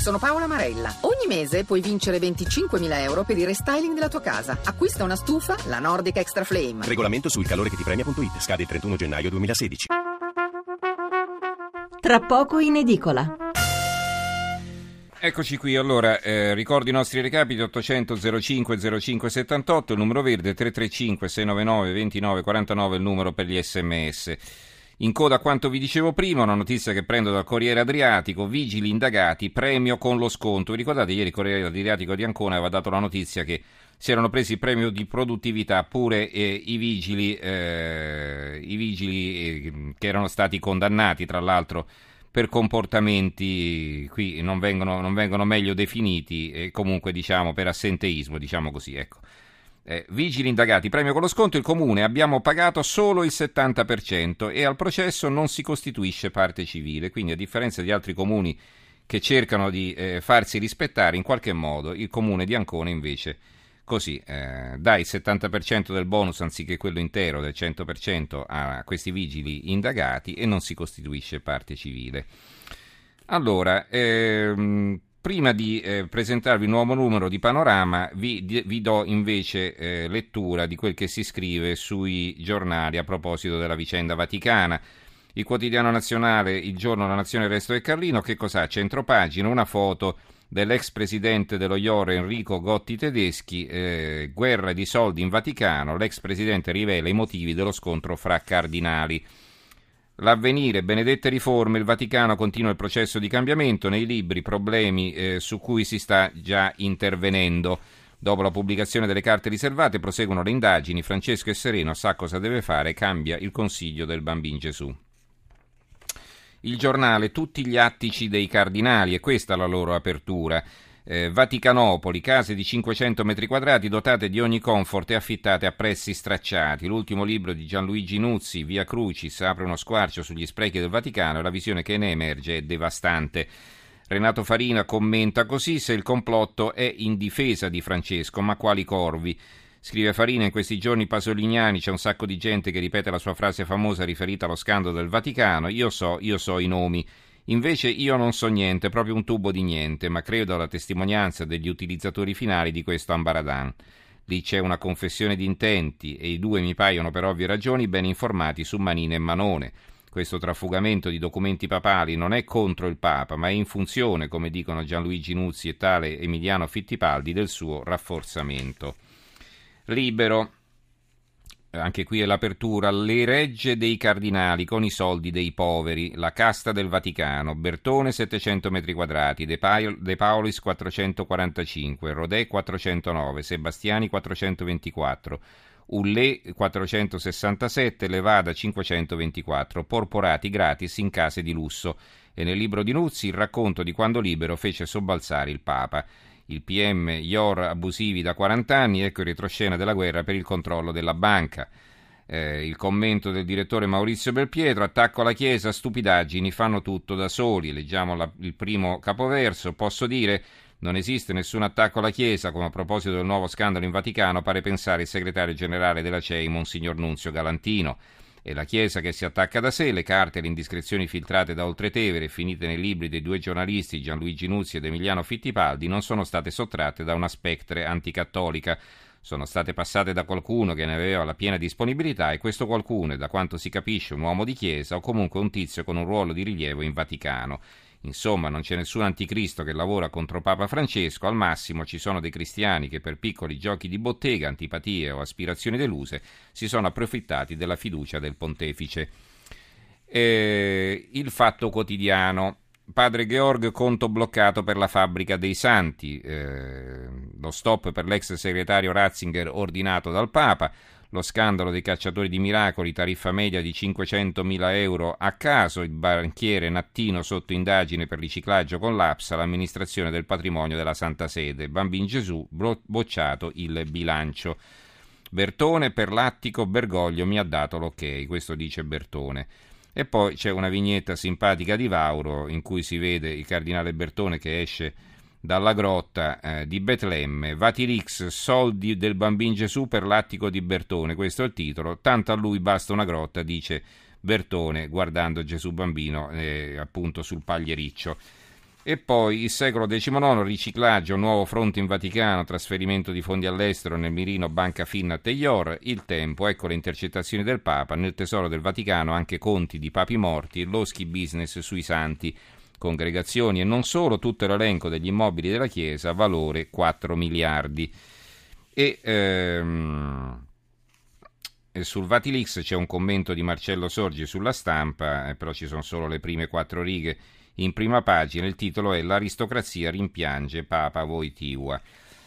sono Paola Marella. Ogni mese puoi vincere 25.000 euro per il restyling della tua casa. Acquista una stufa, la Nordic Extra Flame. Regolamento sul calore che ti premia.it. Scade il 31 gennaio 2016. Tra poco in edicola. Eccoci qui, allora ricordo i nostri recapiti: 800 05 05 78, il numero verde, 335 699 29 49 il numero per gli sms. In coda a quanto vi dicevo prima, una notizia che prendo dal Corriere Adriatico: vigili indagati, premio con lo sconto. Vi ricordate ieri il Corriere Adriatico di Ancona aveva dato la notizia che si erano presi il premio di produttività pure i vigili che erano stati condannati, tra l'altro per comportamenti, qui non vengono meglio definiti, e comunque diciamo per assenteismo, diciamo così, ecco. Vigili indagati, premio con lo sconto, il comune: abbiamo pagato solo il 70% e al processo non si costituisce parte civile. Quindi, a differenza di altri comuni che cercano di farsi rispettare in qualche modo, il comune di Ancona invece così dà il 70% del bonus anziché quello intero del 100% a questi vigili indagati e non si costituisce parte civile. Allora, prima di presentarvi il nuovo numero di Panorama, vi do invece lettura di quel che si scrive sui giornali a proposito della vicenda vaticana. Il Quotidiano Nazionale, Il Giorno, La Nazione, Il Resto del Carlino, che cos'ha? Centropagina, una foto dell'ex presidente dello IOR Enrico Gotti Tedeschi, guerra di soldi in Vaticano, l'ex presidente rivela i motivi dello scontro fra cardinali. L'Avvenire, benedette riforme, il Vaticano continua il processo di cambiamento, nei libri problemi su cui si sta già intervenendo. Dopo la pubblicazione delle carte riservate proseguono le indagini, Francesco è sereno, sa cosa deve fare, cambia il consiglio del Bambin Gesù. Il Giornale, tutti gli attici dei cardinali, e questa la loro apertura. Vaticanopoli, case di 500 metri quadrati dotate di ogni comfort e affittate a prezzi stracciati. L'ultimo libro di Gianluigi Nuzzi, Via Crucis, apre uno squarcio sugli sprechi del Vaticano e la visione che ne emerge è devastante. Renato Farina commenta così: se il complotto è in difesa di Francesco, ma quali corvi? Scrive Farina, in questi giorni pasolignani c'è un sacco di gente che ripete la sua frase famosa riferita allo scandalo del Vaticano: io so i nomi. Invece io non so niente, proprio un tubo di niente, ma credo alla testimonianza degli utilizzatori finali di questo ambaradan. Lì c'è una confessione di intenti e i due mi paiono per ovvie ragioni ben informati su manine e manone. Questo trafugamento di documenti papali non è contro il Papa, ma è in funzione, come dicono Gianluigi Nuzzi e tale Emiliano Fittipaldi, del suo rafforzamento. Libero, anche qui è l'apertura: le regge dei cardinali con i soldi dei poveri, la casta del Vaticano, Bertone 700 metri quadrati, De Paolis 445, Rodè 409, Sebastiani 424, Ullè 467, Levada 524, porporati gratis in case di lusso. E nel libro di Nuzzi il racconto di quando Libero fece sobbalzare il Papa. Il PM, IOR abusivi da 40 anni, ecco il retroscena della guerra per il controllo della banca. Il commento del direttore Maurizio Belpietro: attacco alla Chiesa, stupidaggini, fanno tutto da soli. Leggiamo il primo capoverso: posso dire, non esiste nessun attacco alla Chiesa, come a proposito del nuovo scandalo in Vaticano pare pensare il segretario generale della CEI, Monsignor Nunzio Galantino. È la Chiesa che si attacca da sé, le carte e le indiscrezioni filtrate da Oltretevere, finite nei libri dei due giornalisti Gianluigi Nuzzi ed Emiliano Fittipaldi, non sono state sottratte da una spectre anticattolica. Sono state passate da qualcuno che ne aveva la piena disponibilità, e questo qualcuno è, da quanto si capisce, un uomo di Chiesa o comunque un tizio con un ruolo di rilievo in Vaticano. Insomma, non c'è nessun anticristo che lavora contro Papa Francesco, al massimo ci sono dei cristiani che per piccoli giochi di bottega, antipatie o aspirazioni deluse si sono approfittati della fiducia del pontefice. Il Fatto Quotidiano: Padre Georg, conto bloccato per la fabbrica dei santi, lo stop per l'ex segretario Ratzinger ordinato dal Papa. Lo scandalo dei cacciatori di miracoli, tariffa media di 500.000 euro a caso, il banchiere Nattino sotto indagine per riciclaggio con l'APSA, l'amministrazione del patrimonio della Santa Sede, Bambin Gesù, bocciato il bilancio. Bertone, per l'attico, Bergoglio mi ha dato l'ok, questo dice Bertone. E poi c'è una vignetta simpatica di Vauro in cui si vede il cardinale Bertone che esce dalla grotta di Betlemme. Vatilix, soldi del Bambin Gesù per l'attico di Bertone, questo è il titolo. Tanto a lui basta una grotta, dice Bertone guardando Gesù bambino appunto sul pagliericcio. E poi il secolo XIX, riciclaggio, nuovo fronte in Vaticano, trasferimento di fondi all'estero nel mirino Banca Finnat e Ior. Il Tempo, ecco le intercettazioni del Papa, nel tesoro del Vaticano anche conti di papi morti, loschi business sui santi, congregazioni e non solo, tutto l'elenco degli immobili della Chiesa, valore 4 miliardi. E sul Vatilix c'è un commento di Marcello Sorgi sulla Stampa, però ci sono solo le prime 4 righe in prima pagina. Il titolo è "L'aristocrazia rimpiange Papa Wojtyła".